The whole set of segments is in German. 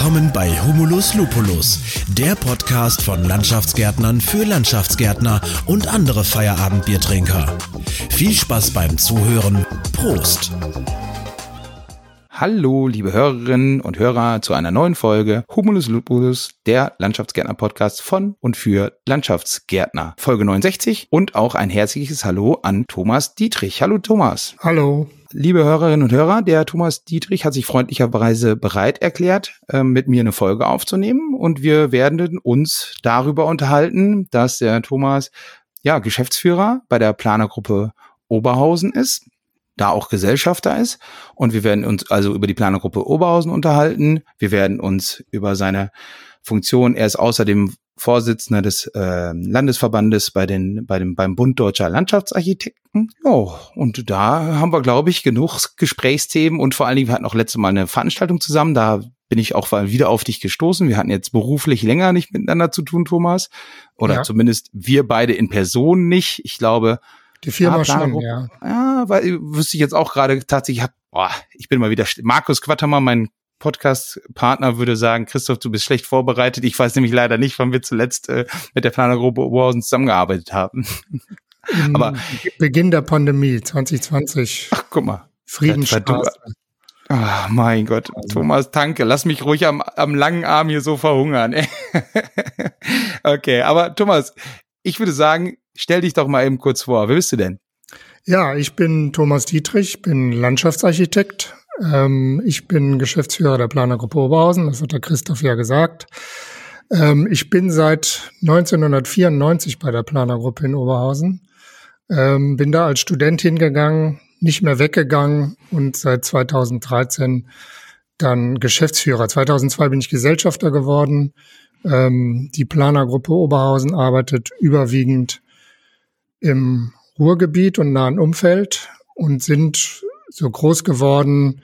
Willkommen bei Humulus Lupulus, der Podcast von Landschaftsgärtnern für Landschaftsgärtner und andere Feierabendbiertrinker. Viel Spaß beim Zuhören. Prost! Hallo, liebe Hörerinnen und Hörer zu einer neuen Folge Humulus Lupulus, der Landschaftsgärtner-Podcast von und für Landschaftsgärtner. Folge 69 und auch ein herzliches Hallo an Thomas Dietrich. Hallo Thomas. Hallo. Liebe Hörerinnen und Hörer, der Thomas Dietrich hat sich freundlicherweise bereit erklärt, mit mir eine Folge aufzunehmen. Und wir werden uns darüber unterhalten, dass der Thomas Geschäftsführer bei der Planergruppe Oberhausen ist, da auch Gesellschafter ist. Und wir werden uns also über die Planergruppe Oberhausen unterhalten. Wir werden uns über seine Funktion, er ist außerdem Vorsitzender des Landesverbandes beim Bund Deutscher Landschaftsarchitekten. Ja, und da haben wir, glaube ich, genug Gesprächsthemen und vor allen Dingen, wir hatten auch letztes Mal eine Veranstaltung zusammen, da bin ich auch wieder auf dich gestoßen. Wir hatten jetzt beruflich länger nicht miteinander zu tun, Thomas. Oder zumindest wir beide in Person nicht. Ich glaube, die Firma schon, ja. Ja, weil wüsste ich jetzt auch gerade tatsächlich, ich bin mal wieder, Markus Quattermann, mein Podcast-Partner, würde sagen, Christoph, du bist schlecht vorbereitet. Ich weiß nämlich leider nicht, wann wir zuletzt mit der Planergruppe Oberhausen zusammengearbeitet haben. Aber Beginn der Pandemie 2020. Ach, guck mal. Friedensstraße. Ach, mein Gott. Thomas, danke. Lass mich ruhig am langen Arm hier so verhungern. Okay, aber Thomas, ich würde sagen, stell dich doch mal eben kurz vor. Wer bist du denn? Ja, ich bin Thomas Dietrich, bin Landschaftsarchitekt. Ich bin Geschäftsführer der Planergruppe Oberhausen, das hat der Christoph ja gesagt. Ich bin seit 1994 bei der Planergruppe in Oberhausen. Bin da als Student hingegangen, nicht mehr weggegangen und seit 2013 dann Geschäftsführer. 2002 bin ich Gesellschafter geworden. Die Planergruppe Oberhausen arbeitet überwiegend im Ruhrgebiet und nahen Umfeld und sind so groß geworden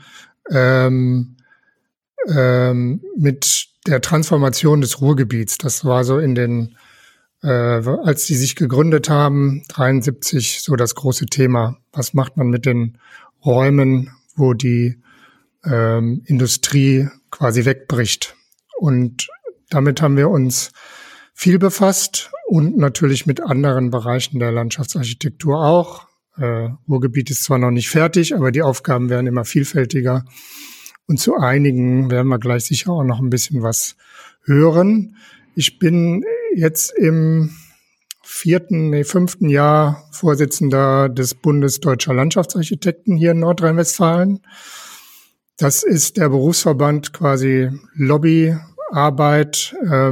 mit der Transformation des Ruhrgebiets. Das war so in den, als die sich gegründet haben, 73, so das große Thema. Was macht man mit den Räumen, wo die Industrie quasi wegbricht? Und damit haben wir uns viel befasst und natürlich mit anderen Bereichen der Landschaftsarchitektur auch. Ruhrgebiet ist zwar noch nicht fertig, aber die Aufgaben werden immer vielfältiger. Und zu einigen werden wir gleich sicher auch noch ein bisschen was hören. Ich bin jetzt im 5. Jahr Vorsitzender des Bundes Deutscher Landschaftsarchitekten hier in Nordrhein-Westfalen. Das ist der Berufsverband, quasi Lobbyarbeit,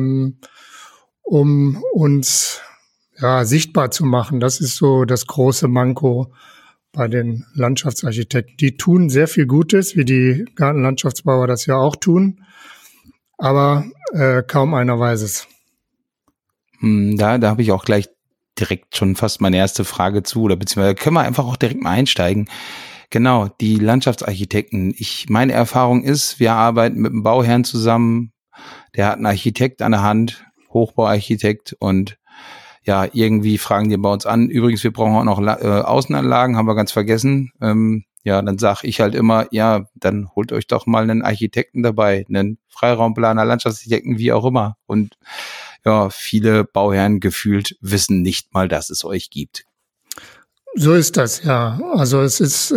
um uns sichtbar zu machen. Das ist so das große Manko bei den Landschaftsarchitekten. Die tun sehr viel Gutes, wie die Gartenlandschaftsbauer das ja auch tun, aber kaum einer weiß es. Da habe ich auch gleich direkt schon fast meine erste Frage zu, oder beziehungsweise können wir einfach auch direkt mal einsteigen. Genau, die Landschaftsarchitekten. Meine Erfahrung ist, wir arbeiten mit einem Bauherrn zusammen, der hat einen Architekt an der Hand, Hochbauarchitekt, und irgendwie fragen die bei uns an. Übrigens, wir brauchen auch noch Außenanlagen, haben wir ganz vergessen. Dann sage ich halt immer, dann holt euch doch mal einen Architekten dabei, einen Freiraumplaner, Landschaftsarchitekten, wie auch immer. Und viele Bauherren gefühlt wissen nicht mal, dass es euch gibt. So ist das, ja. Also es ist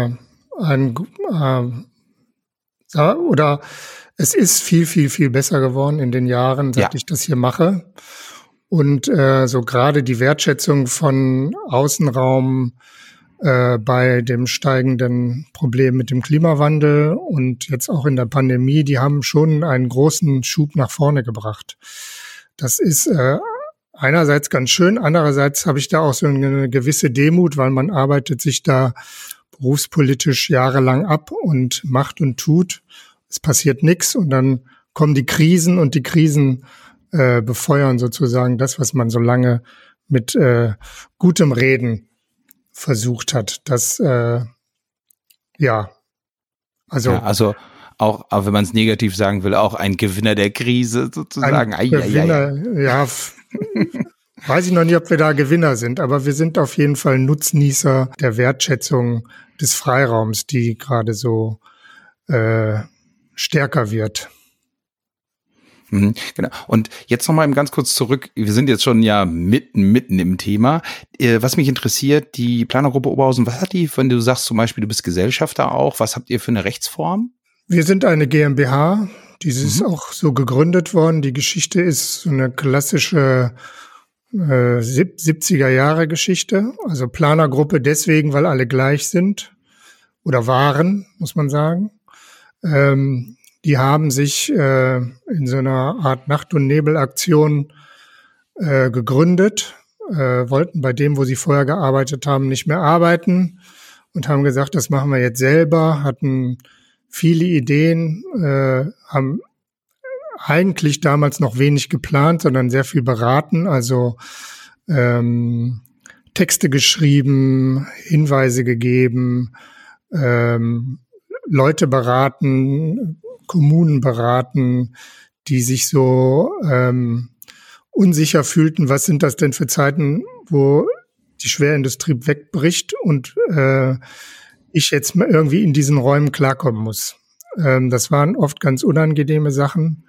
es ist viel, viel, viel besser geworden in den Jahren, seit ich das hier mache. Und so gerade die Wertschätzung von Außenraum bei dem steigenden Problem mit dem Klimawandel und jetzt auch in der Pandemie, die haben schon einen großen Schub nach vorne gebracht. Das ist einerseits ganz schön, andererseits habe ich da auch so eine gewisse Demut, weil man arbeitet sich da berufspolitisch jahrelang ab und macht und tut. Es passiert nichts und dann kommen die Krisen und die Krisen befeuern sozusagen das, was man so lange mit gutem Reden versucht hat. Also auch, aber wenn man es negativ sagen will, auch ein Gewinner der Krise sozusagen. Weiß ich noch nicht, ob wir da Gewinner sind, aber wir sind auf jeden Fall Nutznießer der Wertschätzung des Freiraums, die gerade so stärker wird. Genau. Und jetzt noch mal ganz kurz zurück. Wir sind jetzt schon ja mitten im Thema. Was mich interessiert, die Planergruppe Oberhausen, was hat die, wenn du sagst zum Beispiel, du bist Gesellschafter auch, was habt ihr für eine Rechtsform? Wir sind eine GmbH, die ist auch so gegründet worden. Die Geschichte ist so eine klassische 70er Jahre Geschichte. Also Planergruppe deswegen, weil alle gleich sind oder waren, muss man sagen. Die haben sich in so einer Art Nacht- und Nebelaktion gegründet, wollten bei dem, wo sie vorher gearbeitet haben, nicht mehr arbeiten und haben gesagt, das machen wir jetzt selber, hatten viele Ideen, haben eigentlich damals noch wenig geplant, sondern sehr viel beraten, also Texte geschrieben, Hinweise gegeben, Leute beraten, Kommunen beraten, die sich so unsicher fühlten, was sind das denn für Zeiten, wo die Schwerindustrie wegbricht und ich jetzt irgendwie in diesen Räumen klarkommen muss. Das waren oft ganz unangenehme Sachen.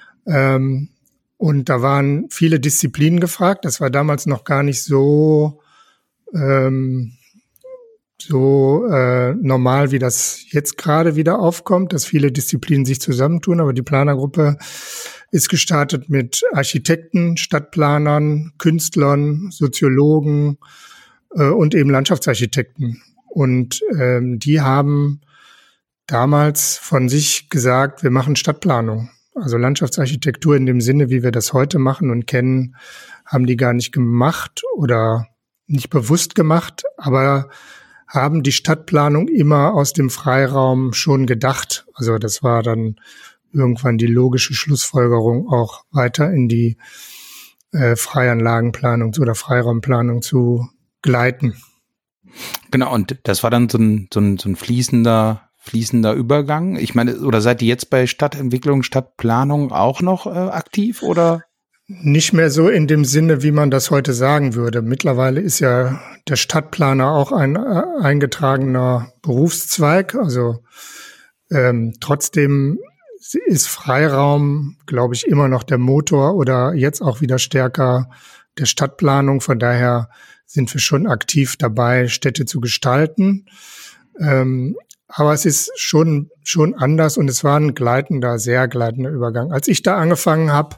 Und da waren viele Disziplinen gefragt. Das war damals noch gar nicht so normal, wie das jetzt gerade wieder aufkommt, dass viele Disziplinen sich zusammentun. Aber die Planergruppe ist gestartet mit Architekten, Stadtplanern, Künstlern, Soziologen und eben Landschaftsarchitekten. Und die haben damals von sich gesagt, wir machen Stadtplanung. Also Landschaftsarchitektur in dem Sinne, wie wir das heute machen und kennen, haben die gar nicht gemacht oder nicht bewusst gemacht, aber haben die Stadtplanung immer aus dem Freiraum schon gedacht. Also das war dann irgendwann die logische Schlussfolgerung, auch weiter in die Freianlagenplanung oder Freiraumplanung zu gleiten. Genau, und das war dann so ein fließender Übergang. Ich meine, oder seid ihr jetzt bei Stadtentwicklung, Stadtplanung auch noch aktiv, oder? Nicht mehr so in dem Sinne, wie man das heute sagen würde. Mittlerweile ist ja der Stadtplaner auch ein eingetragener Berufszweig. Also trotzdem ist Freiraum, glaube ich, immer noch der Motor oder jetzt auch wieder stärker der Stadtplanung. Von daher sind wir schon aktiv dabei, Städte zu gestalten. Aber es ist schon anders und es war ein sehr gleitender Übergang. Als ich da angefangen habe,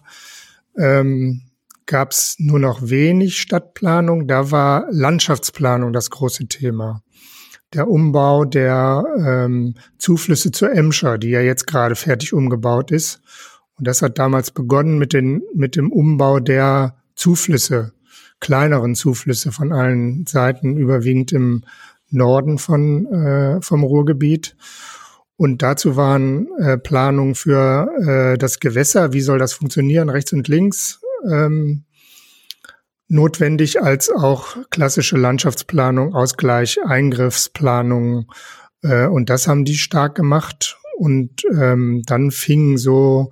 gab es nur noch wenig Stadtplanung. Da war Landschaftsplanung das große Thema. Der Umbau der Zuflüsse zur Emscher, die ja jetzt gerade fertig umgebaut ist. Und das hat damals begonnen mit dem Umbau der Zuflüsse, kleineren Zuflüsse von allen Seiten, überwiegend im Norden vom Ruhrgebiet. Und dazu waren Planungen für das Gewässer, wie soll das funktionieren, rechts und links, notwendig, als auch klassische Landschaftsplanung, Ausgleich, Eingriffsplanung. Und das haben die stark gemacht. Und dann fingen so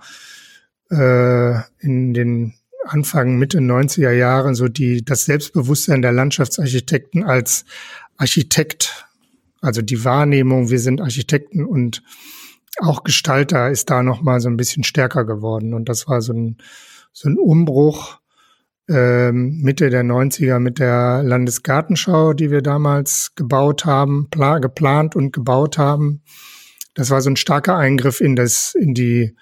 in den Anfang, Mitte 90er Jahren so das Selbstbewusstsein der Landschaftsarchitekten als Architekt, also die Wahrnehmung, wir sind Architekten und auch Gestalter ist da nochmal so ein bisschen stärker geworden. Und das war so ein Umbruch Mitte der 90er mit der Landesgartenschau, die wir damals geplant und gebaut haben. Das war so ein starker Eingriff in die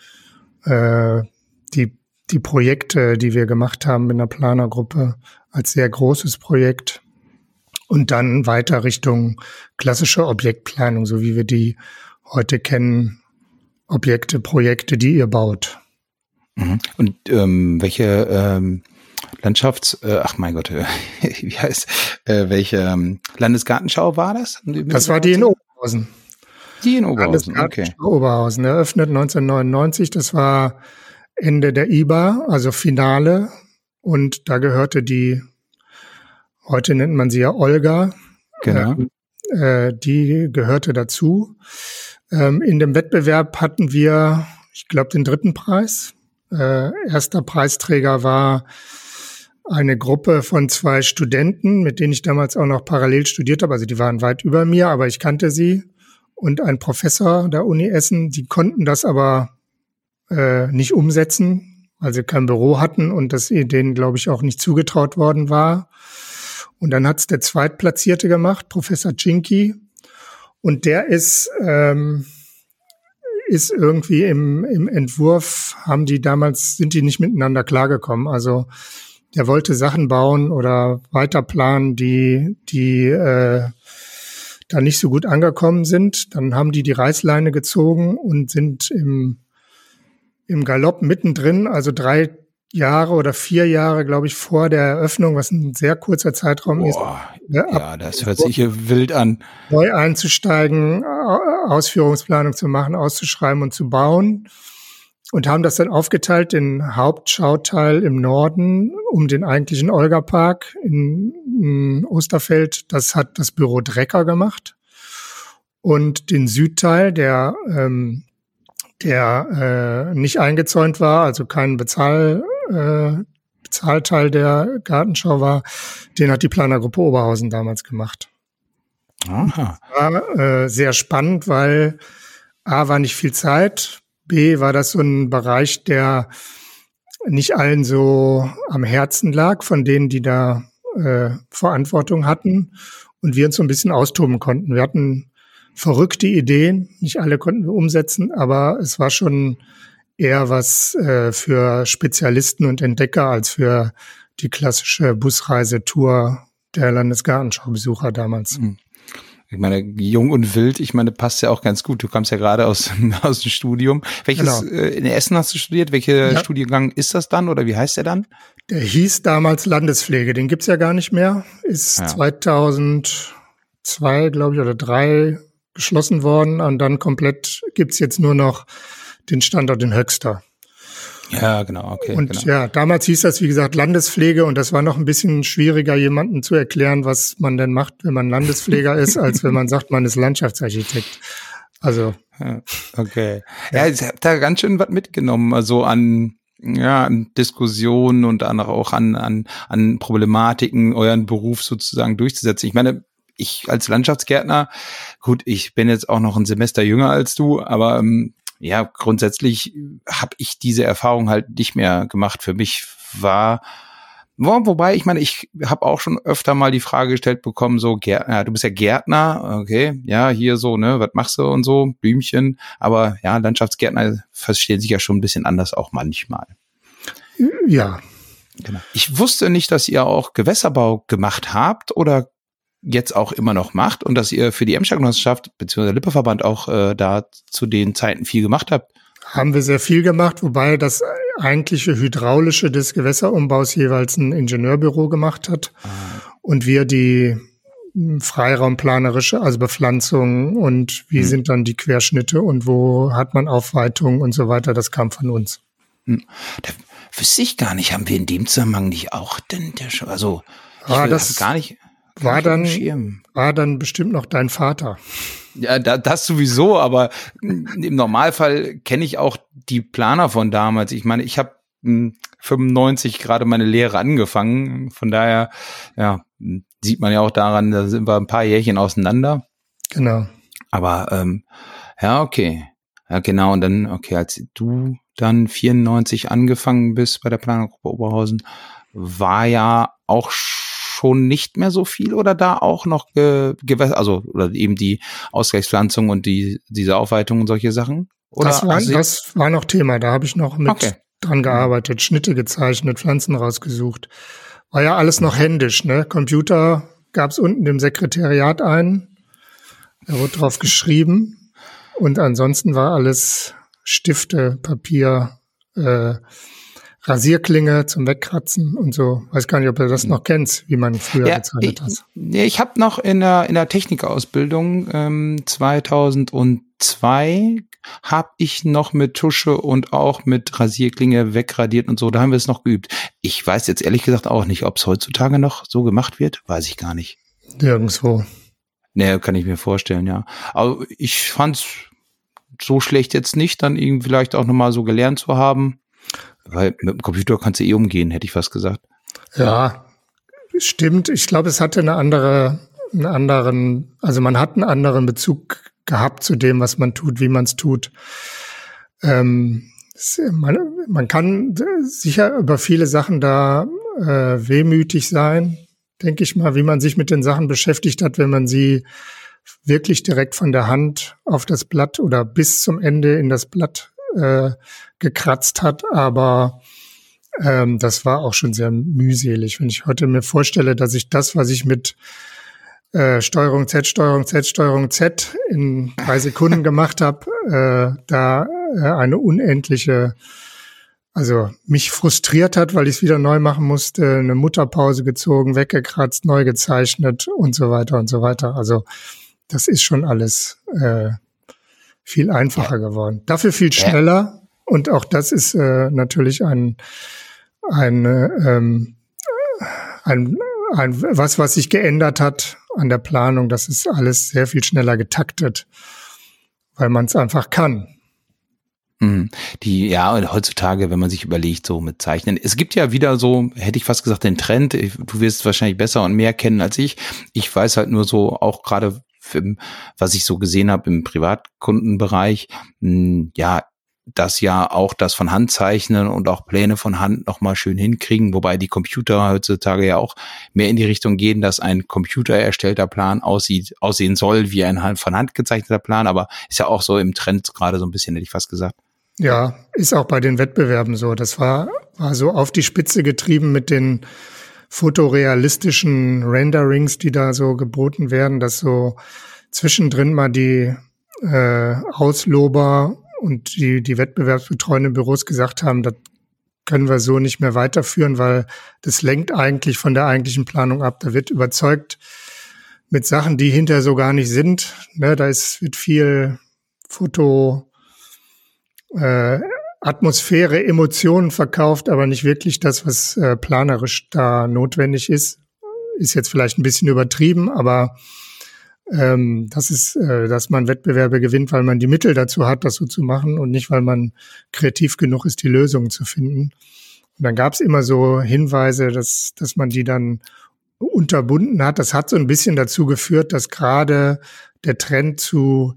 Projekte, die wir gemacht haben in der Planergruppe als sehr großes Projekt. Und dann weiter Richtung klassische Objektplanung, so wie wir die heute kennen, Objekte, Projekte, die ihr baut. Und welche welche Landesgartenschau war das? Das war die in Oberhausen. Die in Oberhausen, okay. Oberhausen, eröffnet 1999, das war Ende der IBA, also Finale. Und da gehörte heute nennt man sie ja Olga. Genau. Die gehörte dazu. In dem Wettbewerb hatten wir, ich glaube, den 3. Preis. Erster Preisträger war eine Gruppe von 2 Studenten, mit denen ich damals auch noch parallel studiert habe. Also die waren weit über mir, aber ich kannte sie. Und ein Professor der Uni Essen, die konnten das aber nicht umsetzen. weil sie kein Büro hatten und das denen, glaube ich, auch nicht zugetraut worden war. Und dann hat's der Zweitplatzierte gemacht, Professor Cinque. Und der ist irgendwie im Entwurf, sind die nicht miteinander klargekommen. Also der wollte Sachen bauen oder weiterplanen, die da nicht so gut angekommen sind. Dann haben die Reißleine gezogen und sind im Galopp mittendrin, also 3 Jahre oder 4 Jahre, glaube ich, vor der Eröffnung, was ein sehr kurzer Zeitraum ist. Ja, das hört sich hier wild an. Neu einzusteigen, Ausführungsplanung zu machen, auszuschreiben und zu bauen. Und haben das dann aufgeteilt, den Hauptschauteil im Norden um den eigentlichen Olga-Park in Osterfeld. Das hat das Büro Drecker gemacht. Und den Südteil, der nicht eingezäunt war, also kein Bezahlteil der Gartenschau war, den hat die Planergruppe Oberhausen damals gemacht. Aha. War sehr spannend, weil A, war nicht viel Zeit, B, war das so ein Bereich, der nicht allen so am Herzen lag, von denen, die da Verantwortung hatten und wir uns so ein bisschen austoben konnten. Wir hatten verrückte Ideen, nicht alle konnten wir umsetzen, aber es war schon eher was für Spezialisten und Entdecker als für die klassische Busreisetour der Landesgartenschaubesucher damals. Ich meine, jung und wild, ich meine, passt ja auch ganz gut. Du kommst ja gerade aus dem Studium. Welches, Genau. In Essen hast du studiert? Welcher Studiengang ist das dann oder wie heißt der dann? Der hieß damals Landespflege, den gibt's ja gar nicht mehr. Ist 2002, glaube ich, oder 2003 geschlossen worden und dann komplett gibt's jetzt nur noch den Standort in Höxter. Ja, genau, okay. Und genau. ja, damals hieß das, wie gesagt, Landespflege und das war noch ein bisschen schwieriger, jemandem zu erklären, was man denn macht, wenn man Landespfleger ist, als wenn man sagt, man ist Landschaftsarchitekt. Also. Okay. Ja, ich habe da ganz schön was mitgenommen, also an Diskussionen und auch an Problematiken, euren Beruf sozusagen durchzusetzen. Ich meine, ich als Landschaftsgärtner, gut, ich bin jetzt auch noch ein Semester jünger als du, aber grundsätzlich habe ich diese Erfahrung halt nicht mehr gemacht. Für mich wobei, ich meine, ich habe auch schon öfter mal die Frage gestellt bekommen, so, du bist ja Gärtner, okay, ja, hier so, ne, was machst du und so, Blümchen, aber ja, Landschaftsgärtner verstehen sich ja schon ein bisschen anders auch manchmal. Ja. Genau. Ich wusste nicht, dass ihr auch Gewässerbau gemacht habt oder jetzt auch immer noch macht und dass ihr für die Emscher-Genossenschaft bzw. Lippeverband auch da zu den Zeiten viel gemacht habt. Haben wir sehr viel gemacht, wobei das eigentliche Hydraulische des Gewässerumbaus jeweils ein Ingenieurbüro gemacht hat und wir die freiraumplanerische, also Bepflanzung und wie sind dann die Querschnitte und wo hat man Aufweitung und so weiter, das kam von uns. Da wüsste ich gar nicht, haben wir in dem Zusammenhang nicht auch denn also das gar nicht war dann bestimmt noch dein Vater. Ja, das sowieso, aber im Normalfall kenne ich auch die Planer von damals. Ich meine, ich habe 95 gerade meine Lehre angefangen, von daher sieht man ja auch daran, da sind wir ein paar Jährchen auseinander. Genau. Aber okay. Ja, genau, und dann, okay, als du dann 94 angefangen bist bei der Planergruppe Oberhausen, war ja auch schon nicht mehr so viel oder da auch noch Gewässer, also oder eben die Ausgleichspflanzung und diese Aufweitung und solche Sachen? Oder das war noch Thema, da habe ich noch mit dran gearbeitet, Schnitte gezeichnet, Pflanzen rausgesucht. War ja alles noch händisch, ne? Computer gab's unten im Sekretariat ein, da wurde drauf geschrieben und ansonsten war alles Stifte, Papier, Rasierklinge zum Wegkratzen und so. Weiß gar nicht, ob du das noch kennst, wie man früher gezeichnet hat. Ich habe noch in der Technikausbildung 2002 habe ich noch mit Tusche und auch mit Rasierklinge wegradiert und so. Da haben wir es noch geübt. Ich weiß jetzt ehrlich gesagt auch nicht, ob es heutzutage noch so gemacht wird. Weiß ich gar nicht. Nirgendwo. Nee, kann ich mir vorstellen, ja. Aber ich fand's so schlecht jetzt nicht, dann irgendwie vielleicht auch nochmal so gelernt zu haben. Weil mit dem Computer kannst du umgehen, hätte ich fast gesagt. Ja, stimmt. Ich glaube, es hatte man hat einen anderen Bezug gehabt zu dem, was man tut, wie man es tut. Es Man kann sicher über viele Sachen da wehmütig sein, denke ich mal, wie man sich mit den Sachen beschäftigt hat, wenn man sie wirklich direkt von der Hand auf das Blatt oder bis zum Ende in das Blatt gekratzt hat. Aber das war auch schon sehr mühselig. Wenn ich heute mir vorstelle, dass ich das, was ich mit Steuerung Z in 3 Sekunden gemacht habe, da eine unendliche, also mich frustriert hat, weil ich es wieder neu machen musste, eine Mutterpause gezogen, weggekratzt, neu gezeichnet und so weiter und so weiter. Also das ist schon alles viel einfacher geworden. Dafür viel schneller und auch das ist natürlich was sich geändert hat an der Planung. Das ist alles sehr viel schneller getaktet, weil man es einfach kann. Und heutzutage, wenn man sich überlegt, so mit Zeichnen, es gibt ja wieder so, hätte ich fast gesagt, den Trend, du wirst wahrscheinlich besser und mehr kennen als ich. Ich weiß halt nur so, auch gerade, was ich so gesehen habe im Privatkundenbereich, dass ja auch das von Hand zeichnen und auch Pläne von Hand nochmal schön hinkriegen, wobei die Computer heutzutage ja auch mehr in die Richtung gehen, dass ein computererstellter Plan aussehen soll wie ein von Hand gezeichneter Plan, aber ist ja auch so im Trend gerade so ein bisschen, hätte ich fast gesagt. Ja, ist auch bei den Wettbewerben so. Das war so auf die Spitze getrieben mit den fotorealistischen Renderings, die da so geboten werden, dass so zwischendrin mal die Auslober und die wettbewerbsbetreuenden Büros gesagt haben, das können wir so nicht mehr weiterführen, weil das lenkt eigentlich von der eigentlichen Planung ab. Da wird überzeugt mit Sachen, die hinterher so gar nicht sind. Ne, wird viel Atmosphäre, Emotionen verkauft, aber nicht wirklich das, was planerisch da notwendig ist. Ist jetzt vielleicht ein bisschen übertrieben, aber das ist, dass man Wettbewerbe gewinnt, weil man die Mittel dazu hat, das so zu machen und nicht, weil man kreativ genug ist, die Lösungen zu finden. Und dann gab es immer so Hinweise, dass man die dann unterbunden hat. Das hat so ein bisschen dazu geführt, dass gerade der Trend zu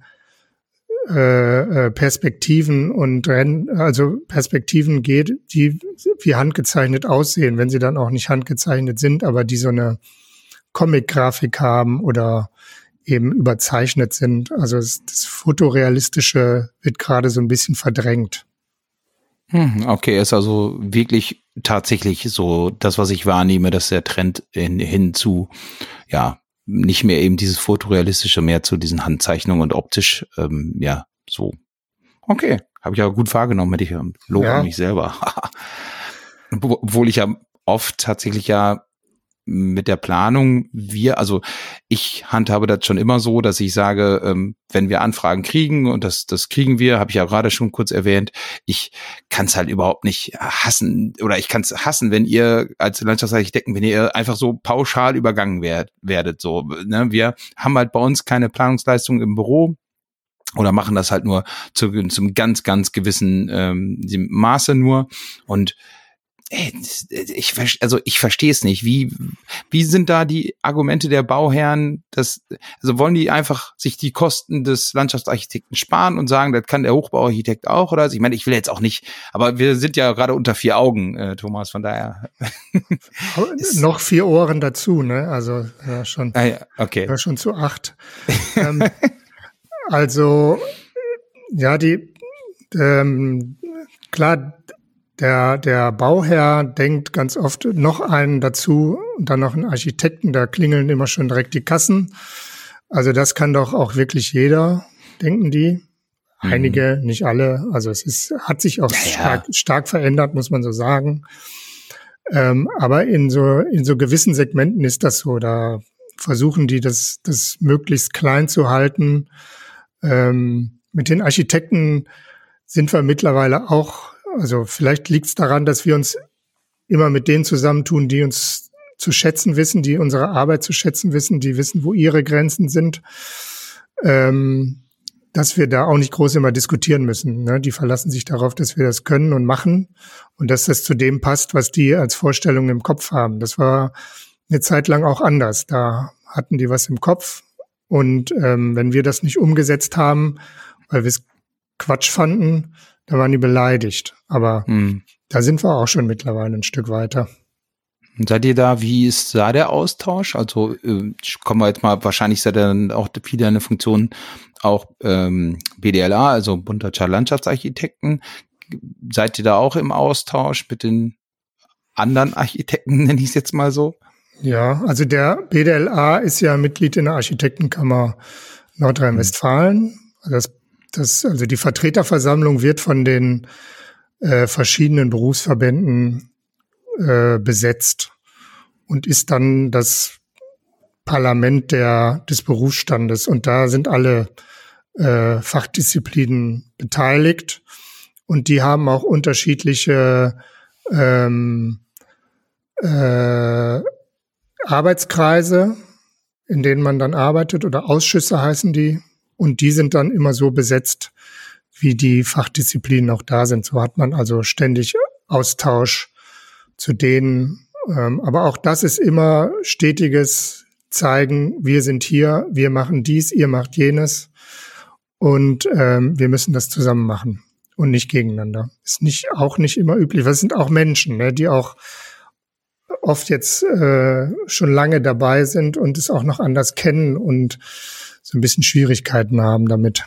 Perspektiven Perspektiven geht, die wie handgezeichnet aussehen, wenn sie dann auch nicht handgezeichnet sind, aber die so eine Comic-Grafik haben oder eben überzeichnet sind. Also das Fotorealistische wird gerade so ein bisschen verdrängt. Okay, ist also wirklich tatsächlich so das, was ich wahrnehme, dass der Trend hin zu, nicht mehr eben dieses Fotorealistische, mehr zu diesen Handzeichnungen und optisch, so. Okay, habe ich aber gut wahrgenommen, hätte ich Lob an mich selber. Obwohl ich ja oft tatsächlich mit der Planung, ich handhabe das schon immer so, dass ich sage, wenn wir Anfragen kriegen, und das kriegen wir, habe ich ja gerade schon kurz erwähnt, ich kann es halt überhaupt nicht hassen, oder ich kann es hassen, wenn ihr als Landschaftsarchitekten, wenn ihr einfach so pauschal übergangen werdet, so, ne? Wir haben halt bei uns keine Planungsleistung im Büro, oder machen das halt nur zum ganz, ganz gewissen Maße nur, und ich verstehe es nicht. Wie sind da die Argumente der Bauherren? Also wollen die einfach sich die Kosten des Landschaftsarchitekten sparen und sagen, das kann der Hochbauarchitekt auch, oder? Ich meine, ich will jetzt auch nicht, aber wir sind ja gerade unter 4 Augen, Thomas, von daher. Noch 4 Ohren dazu, ne? Also schon. Okay. Ja, schon zu 8. Also klar. Der Bauherr denkt ganz oft noch einen dazu und dann noch einen Architekten, da klingeln immer schon direkt die Kassen. Also das kann doch auch wirklich jeder, denken die. Einige, nicht alle. Also hat sich auch stark verändert, muss man so sagen. Aber in so gewissen Segmenten ist das so. Da versuchen die das möglichst klein zu halten. Mit den Architekten sind wir mittlerweile auch. Also vielleicht liegt es daran, dass wir uns immer mit denen zusammentun, die uns zu schätzen wissen, die unsere Arbeit zu schätzen wissen, die wissen, wo ihre Grenzen sind, dass wir da auch nicht groß immer diskutieren müssen. Ne? Die verlassen sich darauf, dass wir das können und machen und dass das zu dem passt, was die als Vorstellung im Kopf haben. Das war eine Zeit lang auch anders. Da hatten die was im Kopf und wenn wir das nicht umgesetzt haben, weil wir es Quatsch fanden, da waren die beleidigt. Aber da sind wir auch schon mittlerweile ein Stück weiter. Seid ihr da, wie ist da der Austausch? Also kommen wir jetzt mal, wahrscheinlich seid ihr dann auch wieder eine Funktion, auch BDLA, also Bund Deutscher Landschaftsarchitekten. Seid ihr da auch im Austausch mit den anderen Architekten, nenne ich es jetzt mal so? Ja, also der BDLA ist ja Mitglied in der Architektenkammer Nordrhein-Westfalen. Also die Vertreterversammlung wird von den verschiedenen Berufsverbänden besetzt und ist dann das Parlament des Berufsstandes. Und da sind alle Fachdisziplinen beteiligt und die haben auch unterschiedliche Arbeitskreise, in denen man dann arbeitet, oder Ausschüsse heißen die. Und die sind dann immer so besetzt, wie die Fachdisziplinen auch da sind. So hat man also ständig Austausch zu denen. Aber auch das ist immer stetiges Zeigen, wir sind hier, wir machen dies, ihr macht jenes. Und wir müssen das zusammen machen und nicht gegeneinander. Ist auch nicht immer üblich. Das sind auch Menschen, ne, die auch oft jetzt schon lange dabei sind und es auch noch anders kennen und so ein bisschen Schwierigkeiten haben damit.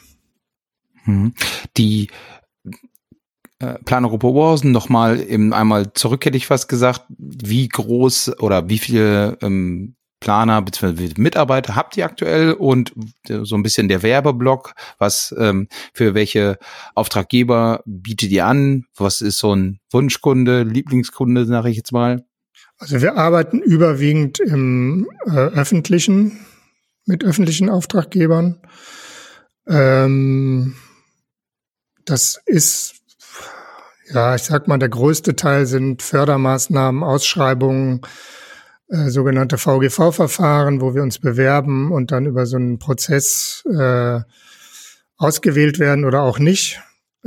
Die Planergruppe Oberhausen, nochmal einmal zurück, hätte ich fast gesagt, wie groß oder wie viele Planer bzw. Mitarbeiter habt ihr aktuell und so ein bisschen der Werbeblock, was für welche Auftraggeber bietet ihr an? Was ist so ein Wunschkunde, Lieblingskunde, sage ich jetzt mal? Also wir arbeiten überwiegend im öffentlichen, mit öffentlichen Auftraggebern. Das ist, ja, ich sag mal, der größte Teil sind Fördermaßnahmen, Ausschreibungen, sogenannte VGV-Verfahren, wo wir uns bewerben und dann über so einen Prozess ausgewählt werden oder auch nicht.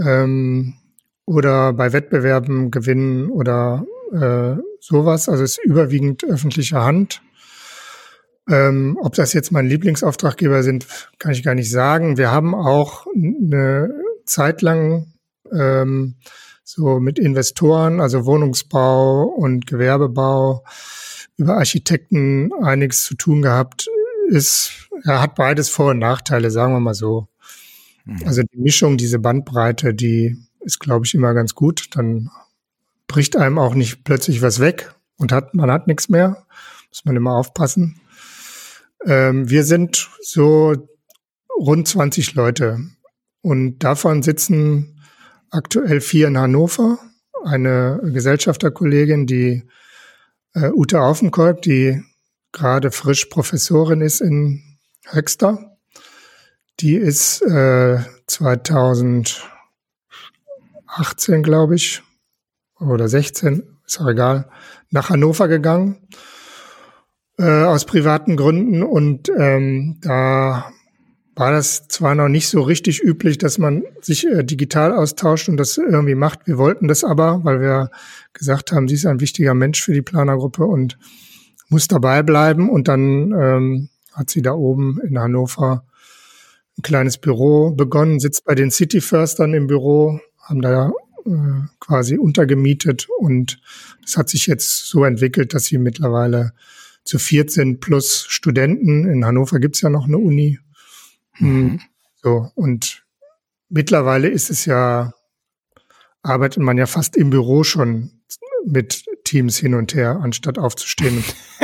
Oder bei Wettbewerben gewinnen oder sowas. Also es ist überwiegend öffentliche Hand. Ob das jetzt mein Lieblingsauftraggeber sind, kann ich gar nicht sagen. Wir haben auch eine Zeit lang so mit Investoren, also Wohnungsbau und Gewerbebau, über Architekten einiges zu tun gehabt. Hat beides Vor- und Nachteile, sagen wir mal so. Also die Mischung, diese Bandbreite, die ist, glaube ich, immer ganz gut. Dann bricht einem auch nicht plötzlich was weg und man hat nichts mehr. Muss man immer aufpassen. Wir sind so rund 20 Leute und davon sitzen aktuell 4 in Hannover. Eine Gesellschafterkollegin, die Ute Aufenkolb, die gerade frisch Professorin ist in Höxter. Die ist 2018, glaube ich, oder 16, ist auch egal, nach Hannover gegangen, aus privaten Gründen. Und da war das zwar noch nicht so richtig üblich, dass man sich digital austauscht und das irgendwie macht. Wir wollten das aber, weil wir gesagt haben, sie ist ein wichtiger Mensch für die Planergruppe und muss dabei bleiben. Und dann hat sie da oben in Hannover ein kleines Büro begonnen, sitzt bei den Cityförstern im Büro, haben da quasi untergemietet. Und das hat sich jetzt so entwickelt, dass sie mittlerweile zu 14 plus Studenten. In Hannover gibt's ja noch eine Uni. So, und mittlerweile arbeitet man ja fast im Büro schon mit Teams hin und her, anstatt aufzustehen.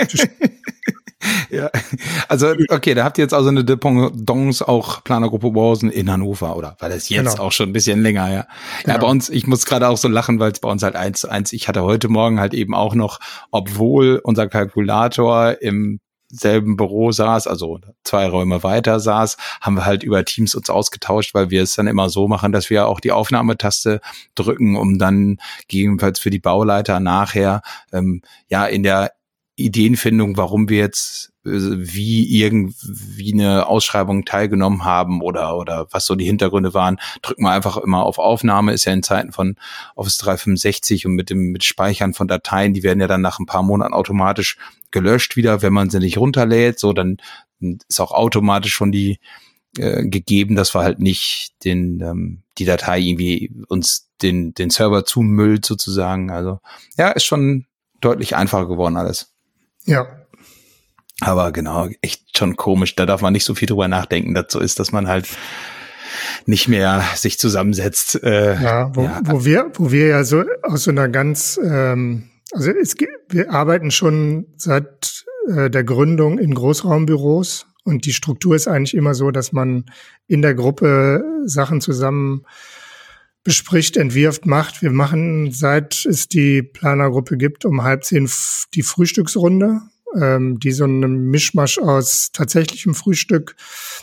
Ja, also okay, da habt ihr jetzt also eine Dependance auch Planergruppe Oberhausen in Hannover, oder? Weil das jetzt auch schon ein bisschen länger, ja. Genau. Ja, bei uns, ich muss gerade auch so lachen, weil es bei uns halt 1:1, ich hatte heute Morgen halt eben auch noch, obwohl unser Kalkulator im selben Büro saß, also 2 Räume weiter saß, haben wir halt über Teams uns ausgetauscht, weil wir es dann immer so machen, dass wir auch die Aufnahmetaste drücken, um dann gegebenenfalls für die Bauleiter nachher in der Ideenfindung, warum wir jetzt wie irgendwie eine Ausschreibung teilgenommen haben oder was so die Hintergründe waren, drücken wir einfach immer auf Aufnahme. Ist ja in Zeiten von Office 365 und mit Speichern von Dateien, die werden ja dann nach ein paar Monaten automatisch gelöscht wieder, wenn man sie nicht runterlädt. So, dann ist auch automatisch schon die gegeben, dass wir halt nicht die Datei irgendwie uns den Server zumüllt sozusagen. Also ja, ist schon deutlich einfacher geworden alles. Ja. Aber genau, echt schon komisch. Da darf man nicht so viel drüber nachdenken, dass so ist, dass man halt nicht mehr sich zusammensetzt. Wo wir ja so aus so einer ganz, wir arbeiten schon seit der Gründung in Großraumbüros und die Struktur ist eigentlich immer so, dass man in der Gruppe Sachen zusammen bespricht, entwirft, macht. Wir machen, seit es die Planergruppe gibt, um 9:30 die Frühstücksrunde, die so ein Mischmasch aus tatsächlichem Frühstück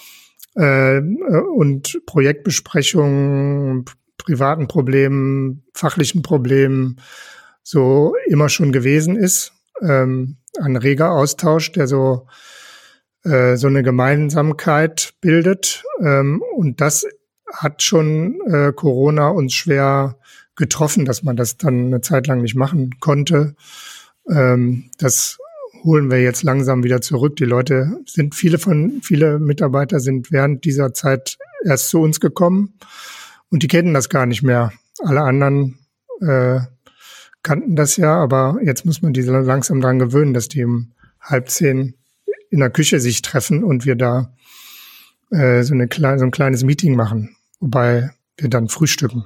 und Projektbesprechungen, privaten Problemen, fachlichen Problemen so immer schon gewesen ist. Ein reger Austausch, der so eine Gemeinsamkeit bildet. Und das hat schon Corona uns schwer getroffen, dass man das dann eine Zeit lang nicht machen konnte. Das holen wir jetzt langsam wieder zurück. Die Leute viele Mitarbeiter sind während dieser Zeit erst zu uns gekommen und die kennen das gar nicht mehr. Alle anderen kannten das ja, aber jetzt muss man die langsam dran gewöhnen, dass die um 9:30 in der Küche sich treffen und wir da so ein kleines Meeting machen, wobei wir dann frühstücken.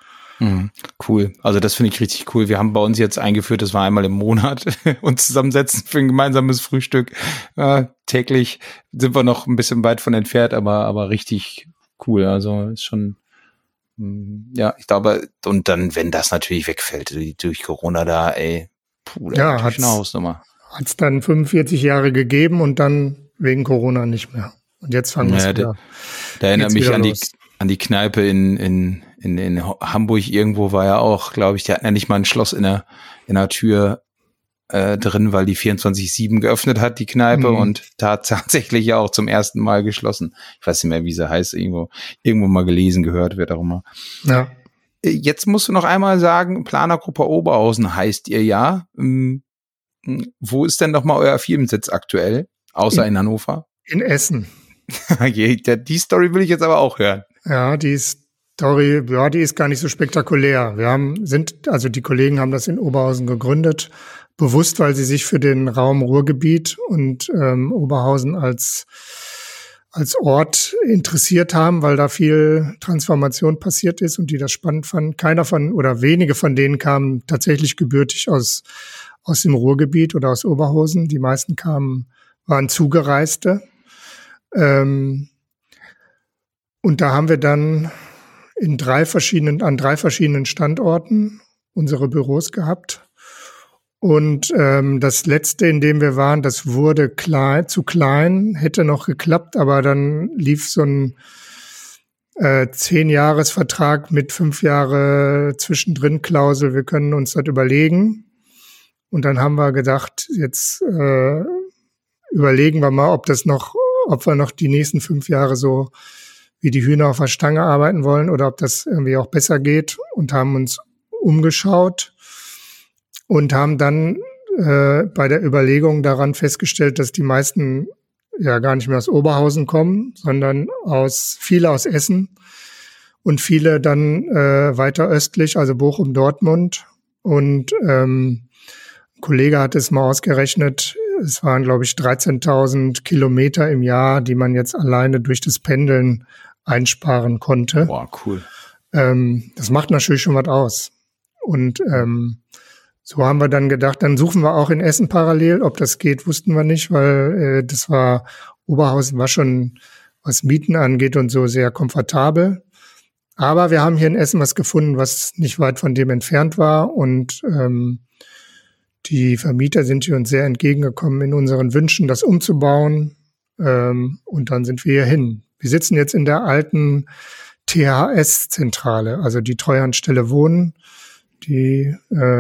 Cool. Also das finde ich richtig cool. Wir haben bei uns jetzt eingeführt, dass wir einmal im Monat uns zusammensetzen für ein gemeinsames Frühstück. Täglich sind wir noch ein bisschen weit von entfernt, aber richtig cool. Also ist schon, ja, ich glaube, und dann, wenn das natürlich wegfällt durch Corona da, hat's eine Hausnummer. Hat's dann 45 Jahre gegeben und dann wegen Corona nicht mehr. Und jetzt fangen wir wieder. Da erinnert mich an die Kneipe in Hamburg irgendwo war ja auch, glaube ich, die hatten ja nicht mal ein Schloss in der Tür drin, weil die 24/7 geöffnet hat, die Kneipe, und tatsächlich ja auch zum ersten Mal geschlossen. Ich weiß nicht mehr, wie sie heißt, irgendwo mal gelesen, gehört, wird auch immer. Ja. Jetzt musst du noch einmal sagen, Planergruppe Oberhausen heißt ihr ja. Wo ist denn noch mal euer Firmensitz aktuell, außer in Hannover? In Essen. Die Story will ich jetzt aber auch hören. Ja, die Story, die ist gar nicht so spektakulär. Die Kollegen haben das in Oberhausen gegründet, bewusst, weil sie sich für den Raum Ruhrgebiet und Oberhausen als Ort interessiert haben, weil da viel Transformation passiert ist und die das spannend fanden. Wenige von denen kamen tatsächlich gebürtig aus dem Ruhrgebiet oder aus Oberhausen. Die meisten waren Zugereiste. Und da haben wir dann an drei verschiedenen Standorten unsere Büros gehabt. Und das letzte, in dem wir waren, das wurde zu klein, hätte noch geklappt, aber dann lief so ein 10-Jahres-Vertrag mit 5 Jahre zwischendrin Klausel. Wir können uns das überlegen. Und dann haben wir gedacht, jetzt überlegen wir mal, ob wir noch die nächsten 5 Jahre so wie die Hühner auf der Stange arbeiten wollen oder ob das irgendwie auch besser geht, und haben uns umgeschaut und haben dann bei der Überlegung daran festgestellt, dass die meisten ja gar nicht mehr aus Oberhausen kommen, sondern viele aus Essen und viele dann weiter östlich, also Bochum, Dortmund. Und ein Kollege hat es mal ausgerechnet, es waren, glaube ich, 13.000 Kilometer im Jahr, die man jetzt alleine durch das Pendeln einsparen konnte. Boah, cool. Das macht natürlich schon was aus. Und so haben wir dann gedacht, dann suchen wir auch in Essen parallel. Ob das geht, wussten wir nicht, weil Oberhausen war schon, was Mieten angeht und so, sehr komfortabel. Aber wir haben hier in Essen was gefunden, was nicht weit von dem entfernt war, und die Vermieter sind hier uns sehr entgegengekommen in unseren Wünschen, das umzubauen. Und dann sind wir hier hin. Wir sitzen jetzt in der alten THS-Zentrale, also die Treuhandstelle Wohnen, die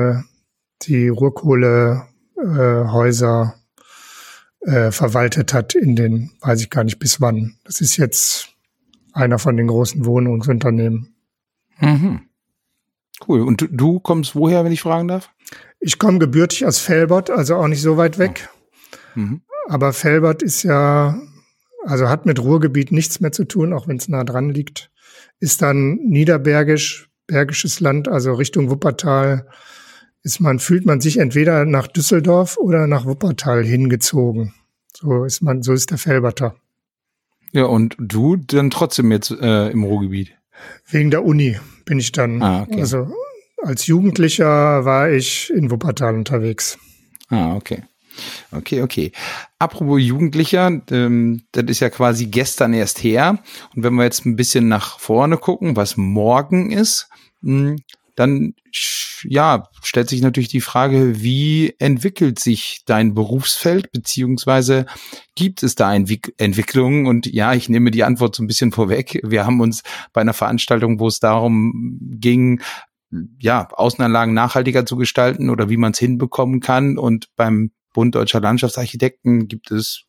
Ruhrkohlehäuser verwaltet hat in den, weiß ich gar nicht bis wann. Das ist jetzt einer von den großen Wohnungsunternehmen. Mhm. Cool. Und du kommst woher, wenn ich fragen darf? Ich komme gebürtig aus Velbert, also auch nicht so weit weg. Mhm. Aber Velbert ist ja, also hat mit Ruhrgebiet nichts mehr zu tun, auch wenn es nah dran liegt. Ist dann bergisches Land, also Richtung Wuppertal, fühlt man sich entweder nach Düsseldorf oder nach Wuppertal hingezogen. So ist der Velberter. Ja, und du dann trotzdem jetzt im Ruhrgebiet? Wegen der Uni bin ich dann. Okay. Also als Jugendlicher war ich in Wuppertal unterwegs. Okay. Okay. Apropos Jugendlicher, das ist ja quasi gestern erst her. Und wenn wir jetzt ein bisschen nach vorne gucken, was morgen ist, dann stellt sich natürlich die Frage, wie entwickelt sich dein Berufsfeld, beziehungsweise gibt es da Entwicklungen? Und ja, ich nehme die Antwort so ein bisschen vorweg. Wir haben uns bei einer Veranstaltung, wo es darum ging, Außenanlagen nachhaltiger zu gestalten oder wie man es hinbekommen kann. Und beim Bund Deutscher Landschaftsarchitekten gibt es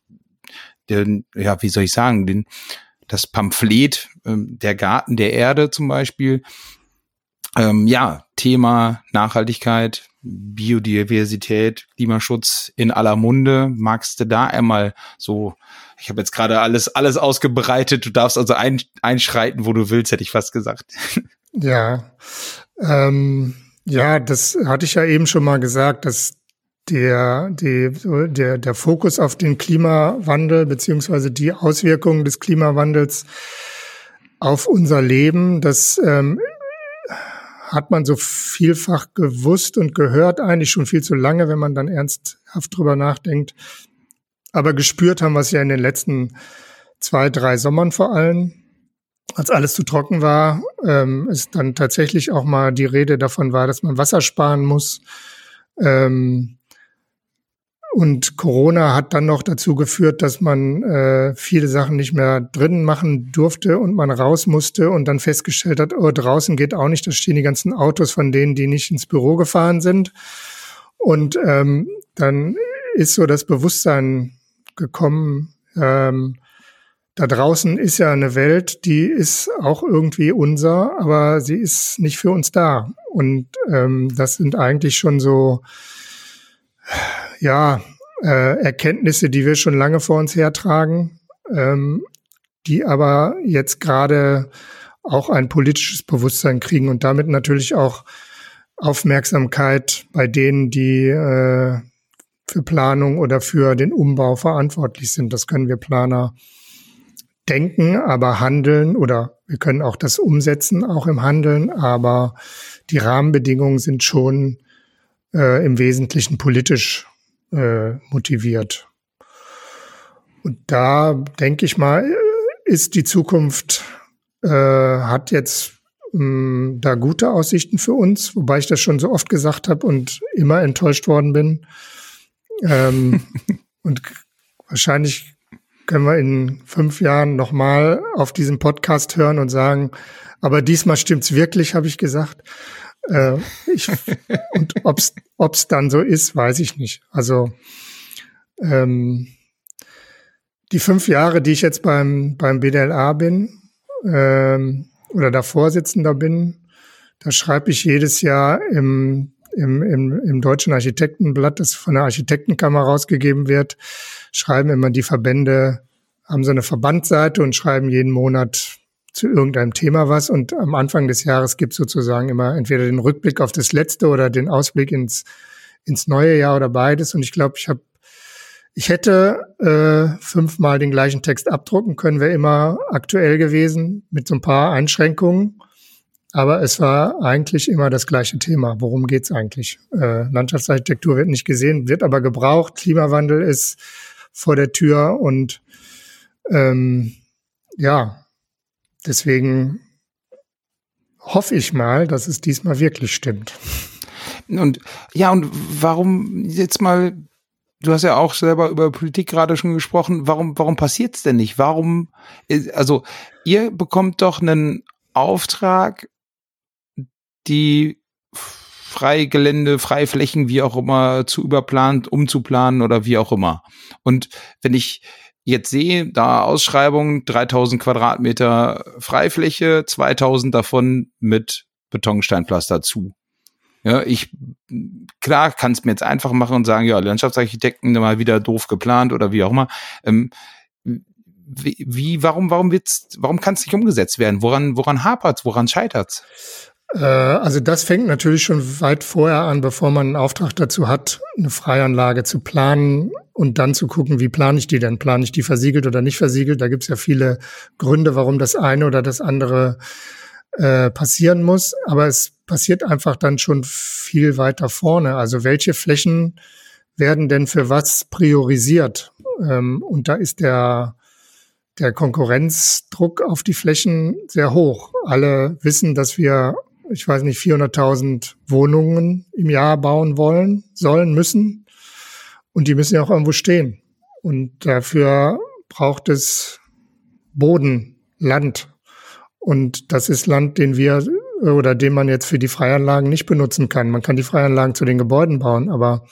das Pamphlet, der Garten der Erde zum Beispiel. Thema Nachhaltigkeit, Biodiversität, Klimaschutz in aller Munde. Magst du da einmal so, ich habe jetzt gerade alles ausgebreitet, du darfst also einschreiten, wo du willst, hätte ich fast gesagt. Ja, das hatte ich ja eben schon mal gesagt, dass der Fokus auf den Klimawandel beziehungsweise die Auswirkungen des Klimawandels auf unser Leben, das hat man so vielfach gewusst und gehört, eigentlich schon viel zu lange, wenn man dann ernsthaft drüber nachdenkt. Aber gespürt haben wir es ja in den letzten 2-3 Sommern vor allem, als alles zu trocken war, ist dann tatsächlich auch mal die Rede davon war, dass man Wasser sparen muss. Und Corona hat dann noch dazu geführt, dass man viele Sachen nicht mehr drinnen machen durfte und man raus musste und dann festgestellt hat, draußen geht auch nicht, da stehen die ganzen Autos von denen, die nicht ins Büro gefahren sind. Und dann ist so das Bewusstsein gekommen, da draußen ist ja eine Welt, die ist auch irgendwie unser, aber sie ist nicht für uns da. Und das sind eigentlich schon so Erkenntnisse, die wir schon lange vor uns hertragen, die aber jetzt gerade auch ein politisches Bewusstsein kriegen und damit natürlich auch Aufmerksamkeit bei denen, die für Planung oder für den Umbau verantwortlich sind. Das können wir Planer denken, aber handeln oder wir können auch das umsetzen, auch im Handeln, aber die Rahmenbedingungen sind schon im Wesentlichen politisch motiviert. Und da denke ich mal, ist die Zukunft, hat jetzt da gute Aussichten für uns, wobei ich das schon so oft gesagt habe und immer enttäuscht worden bin. Und wahrscheinlich können wir in 5 Jahren nochmal auf diesem Podcast hören und sagen, aber diesmal stimmt's wirklich, habe ich gesagt. Und ob's dann so ist, weiß ich nicht. Also die 5 Jahre, die ich jetzt beim BDLA bin oder da Vorsitzender bin, da schreibe ich jedes Jahr im Deutschen Architektenblatt, das von der Architektenkammer rausgegeben wird, schreiben immer die Verbände, haben so eine Verbandsseite und schreiben jeden Monat zu irgendeinem Thema was. Und am Anfang des Jahres gibt es sozusagen immer entweder den Rückblick auf das letzte oder den Ausblick ins neue Jahr oder beides. Und ich glaube, ich hätte 5-mal den gleichen Text abdrucken können, wäre immer aktuell gewesen mit so ein paar Einschränkungen. Aber es war eigentlich immer das gleiche Thema. Worum geht's eigentlich? Landschaftsarchitektur wird nicht gesehen, wird aber gebraucht. Klimawandel ist vor der Tür und deswegen hoffe ich mal, dass es diesmal wirklich stimmt. Und warum jetzt mal, du hast ja auch selber über Politik gerade schon gesprochen, warum passiert's denn nicht? Also ihr bekommt doch einen Auftrag, die Freigelände, Freiflächen, wie auch immer, umzuplanen oder wie auch immer. Und wenn ich jetzt sehe, da Ausschreibung, 3000 Quadratmeter Freifläche, 2000 davon mit Betonsteinpflaster zu. Ja, klar kann es mir jetzt einfach machen und sagen, ja, Landschaftsarchitekten mal wieder doof geplant oder wie auch immer. warum kann es nicht umgesetzt werden? Woran hapert's? Woran scheitert's? Also das fängt natürlich schon weit vorher an, bevor man einen Auftrag dazu hat, eine Freianlage zu planen und dann zu gucken, wie plane ich die denn? Plane ich die versiegelt oder nicht versiegelt? Da gibt's ja viele Gründe, warum das eine oder das andere passieren muss. Aber es passiert einfach dann schon viel weiter vorne. Also welche Flächen werden denn für was priorisiert? Und da ist der Konkurrenzdruck auf die Flächen sehr hoch. Alle wissen, dass wir 400.000 Wohnungen im Jahr bauen sollen, müssen. Und die müssen ja auch irgendwo stehen. Und dafür braucht es Boden, Land. Und das ist Land, den man jetzt für die Freianlagen nicht benutzen kann. Man kann die Freianlagen zu den Gebäuden bauen, aber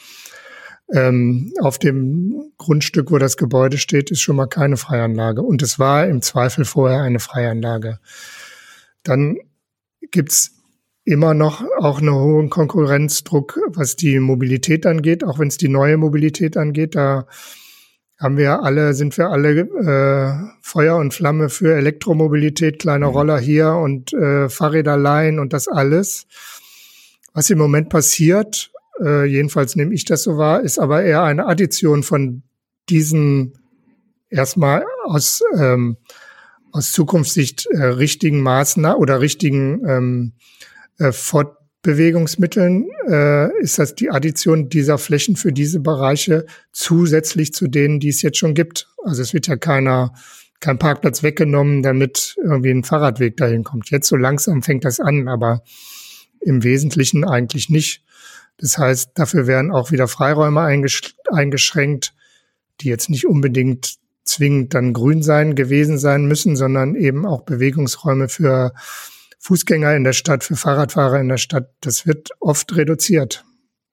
auf dem Grundstück, wo das Gebäude steht, ist schon mal keine Freianlage. Und es war im Zweifel vorher eine Freianlage. Dann gibt's immer noch auch einen hohen Konkurrenzdruck, was die Mobilität angeht, auch wenn es die neue Mobilität angeht. Da sind wir alle Feuer und Flamme für Elektromobilität, kleine Roller hier und Fahrräder leihen und das alles. Was im Moment passiert, jedenfalls nehme ich das so wahr, ist aber eher eine Addition von diesen erstmal aus Zukunftssicht richtigen Maßnahmen oder richtigen Fortbewegungsmitteln, ist das die Addition dieser Flächen für diese Bereiche zusätzlich zu denen, die es jetzt schon gibt. Also es wird ja kein Parkplatz weggenommen, damit irgendwie ein Fahrradweg dahin kommt. Jetzt so langsam fängt das an, aber im Wesentlichen eigentlich nicht. Das heißt, dafür werden auch wieder Freiräume eingeschränkt, die jetzt nicht unbedingt zwingend dann grün gewesen sein müssen, sondern eben auch Bewegungsräume für Fußgänger in der Stadt, für Fahrradfahrer in der Stadt. Das wird oft reduziert.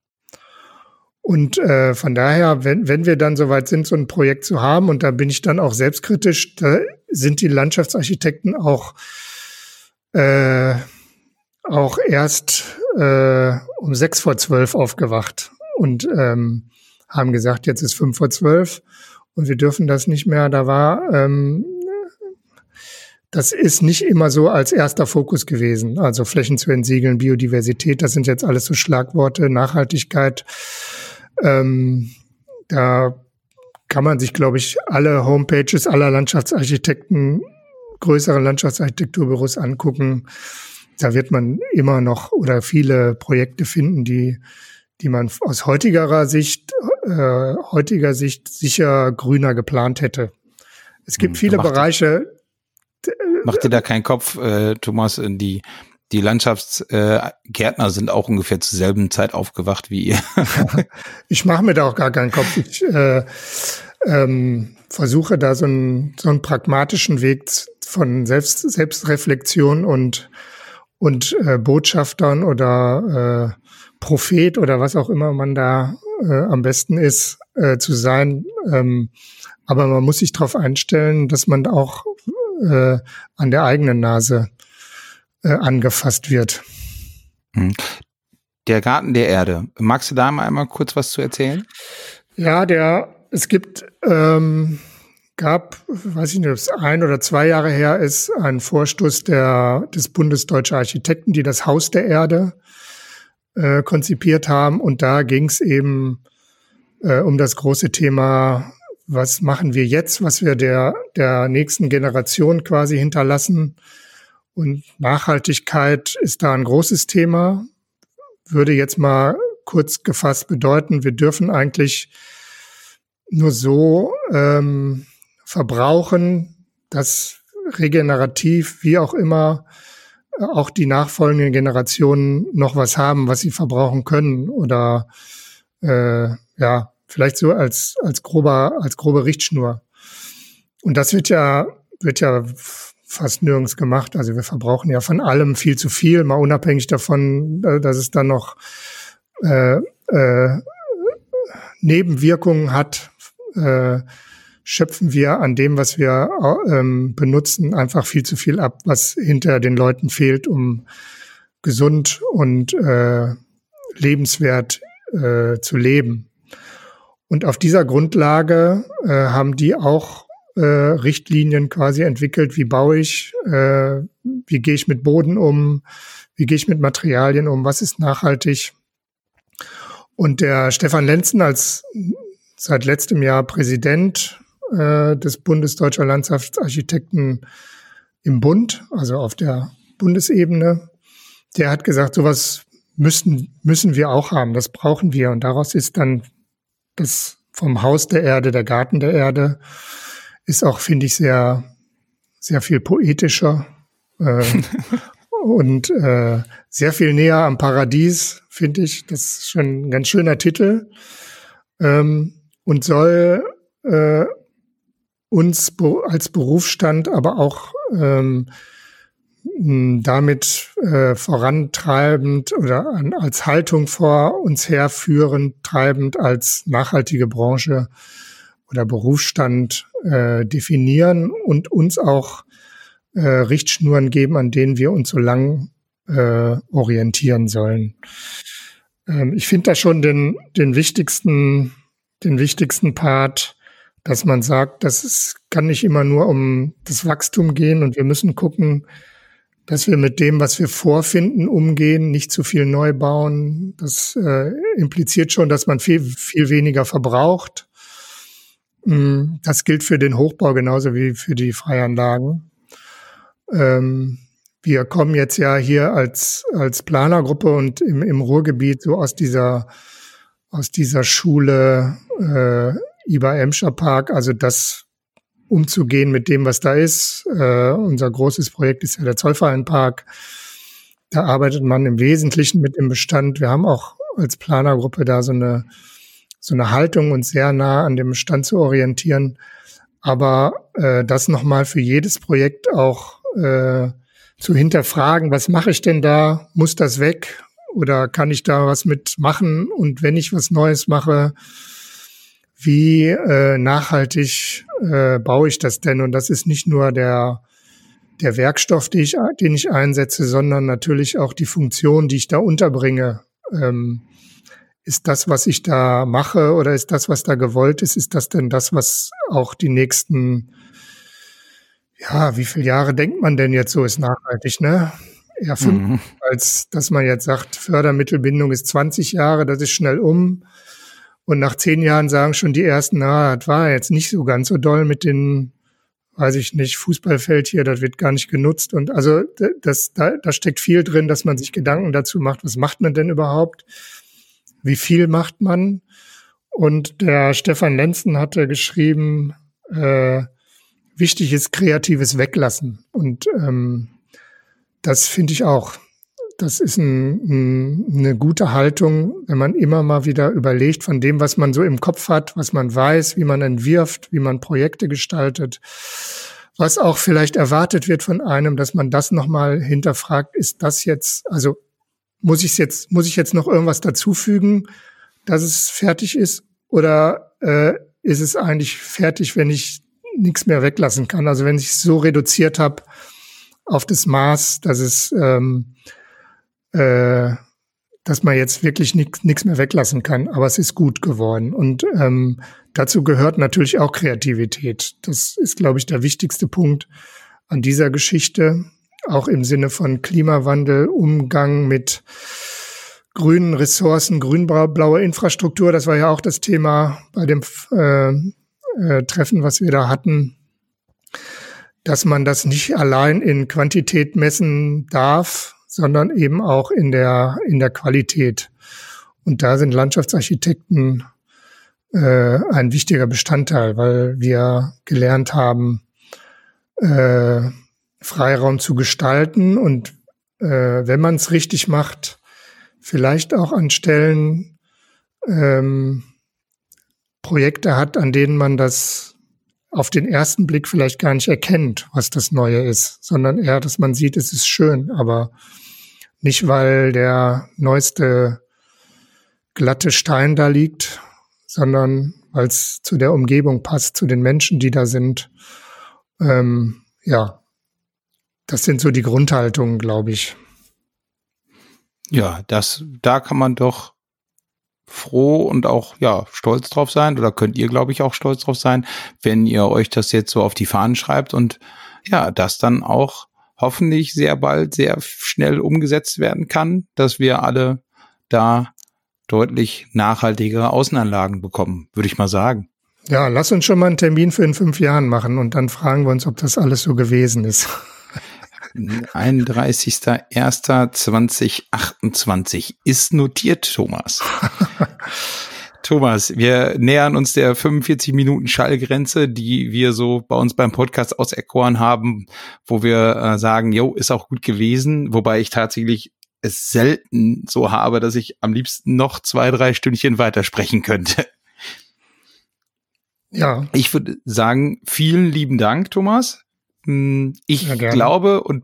Und von daher, wenn wir dann soweit sind, so ein Projekt zu haben, und da bin ich dann auch selbstkritisch, da sind die Landschaftsarchitekten auch erst um 11:55 aufgewacht und haben gesagt, jetzt ist 11:55 und wir dürfen das nicht mehr. Das ist nicht immer so als erster Fokus gewesen. Also Flächen zu entsiegeln, Biodiversität, das sind jetzt alles so Schlagworte, Nachhaltigkeit. Da kann man sich, glaube ich, alle Homepages aller Landschaftsarchitekten, größere Landschaftsarchitekturbüros angucken. Da wird man immer noch oder viele Projekte finden, die man aus heutiger Sicht sicher grüner geplant hätte. Es gibt viele Bereiche. Mach dir da keinen Kopf, Thomas, die Landschaftsgärtner sind auch ungefähr zur selben Zeit aufgewacht wie ihr. Ich mache mir da auch gar keinen Kopf. Ich versuche da so einen pragmatischen Weg von Selbstreflexion und Botschaftern oder Prophet oder was auch immer man da am besten ist, zu sein. Aber man muss sich darauf einstellen, dass man auch an der eigenen Nase angefasst wird. Der Garten der Erde. Magst du da mal einmal kurz was zu erzählen? Ja, es gab, weiß ich nicht, ob es 1 oder 2 Jahre her ist, einen Vorstoß des Bundes Deutscher Architekten, die das Haus der Erde konzipiert haben. Und da ging es eben um das große Thema, was machen wir jetzt, was wir der nächsten Generation quasi hinterlassen. Und Nachhaltigkeit ist da ein großes Thema. Würde jetzt mal kurz gefasst bedeuten, wir dürfen eigentlich nur so verbrauchen, dass regenerativ, wie auch immer, auch die nachfolgenden Generationen noch was haben, was sie verbrauchen können. Oder vielleicht so als grobe Richtschnur. Und das wird ja fast nirgends gemacht. Also wir verbrauchen ja von allem viel zu viel, mal unabhängig davon, dass es dann noch Nebenwirkungen hat, schöpfen wir an dem, was wir benutzen, einfach viel zu viel ab, was hinter den Leuten fehlt, um gesund und lebenswert zu leben. Und auf dieser Grundlage haben die auch Richtlinien quasi entwickelt. Wie baue ich? Wie gehe ich mit Boden um? Wie gehe ich mit Materialien um? Was ist nachhaltig? Und der Stefan Lenzen als seit letztem Jahr Präsident des Bundes Deutscher Landschaftsarchitekten im Bund, also auf der Bundesebene, der hat gesagt, sowas müssen wir auch haben, das brauchen wir. Und daraus ist dann das vom Haus der Erde, der Garten der Erde, ist auch, finde ich, sehr, sehr viel poetischer und sehr viel näher am Paradies, finde ich. Das ist schon ein ganz schöner Titel und soll uns als Berufsstand aber auch damit vorantreibend oder als Haltung vor uns herführend, treibend als nachhaltige Branche oder Berufsstand definieren und uns auch Richtschnuren geben, an denen wir uns so lang orientieren sollen. Ich finde da schon den wichtigsten Part, dass man sagt, es kann nicht immer nur um das Wachstum gehen und wir müssen gucken, dass wir mit dem, was wir vorfinden, umgehen, nicht zu viel neu bauen. Das impliziert schon, dass man viel, viel weniger verbraucht. Das gilt für den Hochbau genauso wie für die Freianlagen. Wir kommen jetzt ja hier als Planergruppe und im Ruhrgebiet so aus dieser Schule IBA-Emscher Park, also das umzugehen mit dem, was da ist. Unser großes Projekt ist ja der Zollvereinspark. Da arbeitet man im Wesentlichen mit dem Bestand. Wir haben auch als Planergruppe da so eine Haltung, uns sehr nah an dem Bestand zu orientieren. Aber das nochmal für jedes Projekt auch zu hinterfragen, was mache ich denn da? Muss das weg? Oder kann ich da was mitmachen? Und wenn ich was Neues mache, wie nachhaltig baue ich das denn? Und das ist nicht nur der Werkstoff, den ich einsetze, sondern natürlich auch die Funktion, die ich da unterbringe. Ist das, was ich da mache, oder ist das, was da gewollt ist, ist das denn das, was auch die nächsten, wie viele Jahre denkt man denn jetzt so ist nachhaltig, ne? Eher 5, als dass man jetzt sagt, Fördermittelbindung ist 20 Jahre, das ist schnell um. Und nach 10 Jahren sagen schon die ersten, das war jetzt nicht so ganz so doll mit den, weiß ich nicht, Fußballfeld hier, das wird gar nicht genutzt. Und also da steckt viel drin, dass man sich Gedanken dazu macht, was macht man denn überhaupt? Wie viel macht man? Und der Stefan Lenzen hatte geschrieben, wichtig ist kreatives Weglassen. Und das finde ich auch. Das ist eine gute Haltung, wenn man immer mal wieder überlegt von dem, was man so im Kopf hat, was man weiß, wie man entwirft, wie man Projekte gestaltet, was auch vielleicht erwartet wird von einem, dass man das nochmal hinterfragt, ist das jetzt, also muss ich jetzt noch irgendwas dazufügen, dass es fertig ist, oder ist es eigentlich fertig, wenn ich nichts mehr weglassen kann? Also wenn ich es so reduziert habe auf das Maß, dass es dass man jetzt wirklich nichts mehr weglassen kann, aber es ist gut geworden. Und dazu gehört natürlich auch Kreativität. Das ist, glaube ich, der wichtigste Punkt an dieser Geschichte, auch im Sinne von Klimawandel, Umgang mit grünen Ressourcen, grün-blaue Infrastruktur. Das war ja auch das Thema bei dem Treffen, was wir da hatten, dass man das nicht allein in Quantität messen darf, sondern eben auch in der Qualität. Und da sind Landschaftsarchitekten ein wichtiger Bestandteil, weil wir gelernt haben, Freiraum zu gestalten und wenn man es richtig macht, vielleicht auch an Stellen Projekte hat, an denen man das auf den ersten Blick vielleicht gar nicht erkennt, was das Neue ist, sondern eher, dass man sieht, es ist schön, aber nicht, weil der neueste glatte Stein da liegt, sondern weil es zu der Umgebung passt, zu den Menschen, die da sind. Das sind so die Grundhaltungen, glaube ich. Ja, da kann man doch froh und auch stolz drauf sein, oder könnt ihr, glaube ich, auch stolz drauf sein, wenn ihr euch das jetzt so auf die Fahnen schreibt und das dann auch hoffentlich sehr bald, sehr schnell umgesetzt werden kann, dass wir alle da deutlich nachhaltigere Außenanlagen bekommen, würde ich mal sagen. Ja, lass uns schon mal einen Termin für in 5 Jahren machen und dann fragen wir uns, ob das alles so gewesen ist. 31.01.2028 ist notiert, Thomas. Thomas, wir nähern uns der 45 Minuten Schallgrenze, die wir so bei uns beim Podcast auserkoren haben, wo wir sagen, ist auch gut gewesen, wobei ich tatsächlich es selten so habe, dass ich am liebsten noch 2-3 Stündchen weitersprechen könnte. Ja. Ich würde sagen, vielen lieben Dank, Thomas. Ich glaube und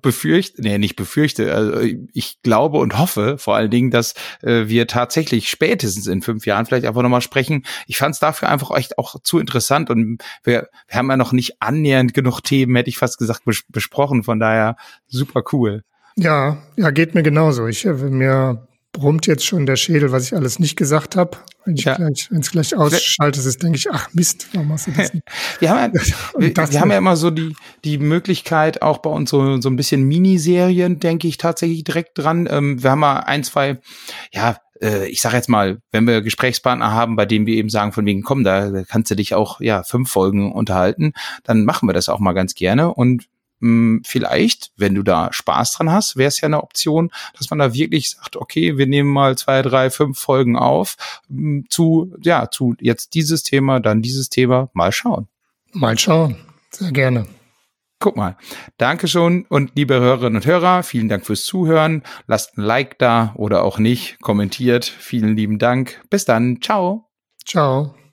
ich glaube und hoffe vor allen Dingen, dass wir tatsächlich spätestens in 5 Jahren vielleicht einfach nochmal sprechen. Ich fand es dafür einfach echt auch zu interessant und wir haben ja noch nicht annähernd genug Themen, hätte ich fast gesagt, besprochen. Von daher super cool. Ja, geht mir genauso. Mir brummt jetzt schon der Schädel, was ich alles nicht gesagt habe. Wenn es gleich ausschaltet ist, denke ich, ach Mist, warum machst du das nicht? Wir haben ja immer so die Möglichkeit, auch bei uns so ein bisschen Miniserien, denke ich, tatsächlich direkt dran. Wir haben mal 1, 2, ich sag jetzt mal, wenn wir Gesprächspartner haben, bei denen wir eben sagen, von wegen, komm, da kannst du dich auch 5 Folgen unterhalten, dann machen wir das auch mal ganz gerne. Und vielleicht, wenn du da Spaß dran hast, wäre es ja eine Option, dass man da wirklich sagt, okay, wir nehmen mal 2, 3, 5 Folgen auf zu jetzt dieses Thema, dann dieses Thema, mal schauen. Mal schauen, sehr gerne. Guck mal, danke schon und liebe Hörerinnen und Hörer, vielen Dank fürs Zuhören, lasst ein Like da oder auch nicht, kommentiert, vielen lieben Dank, bis dann, ciao. Ciao.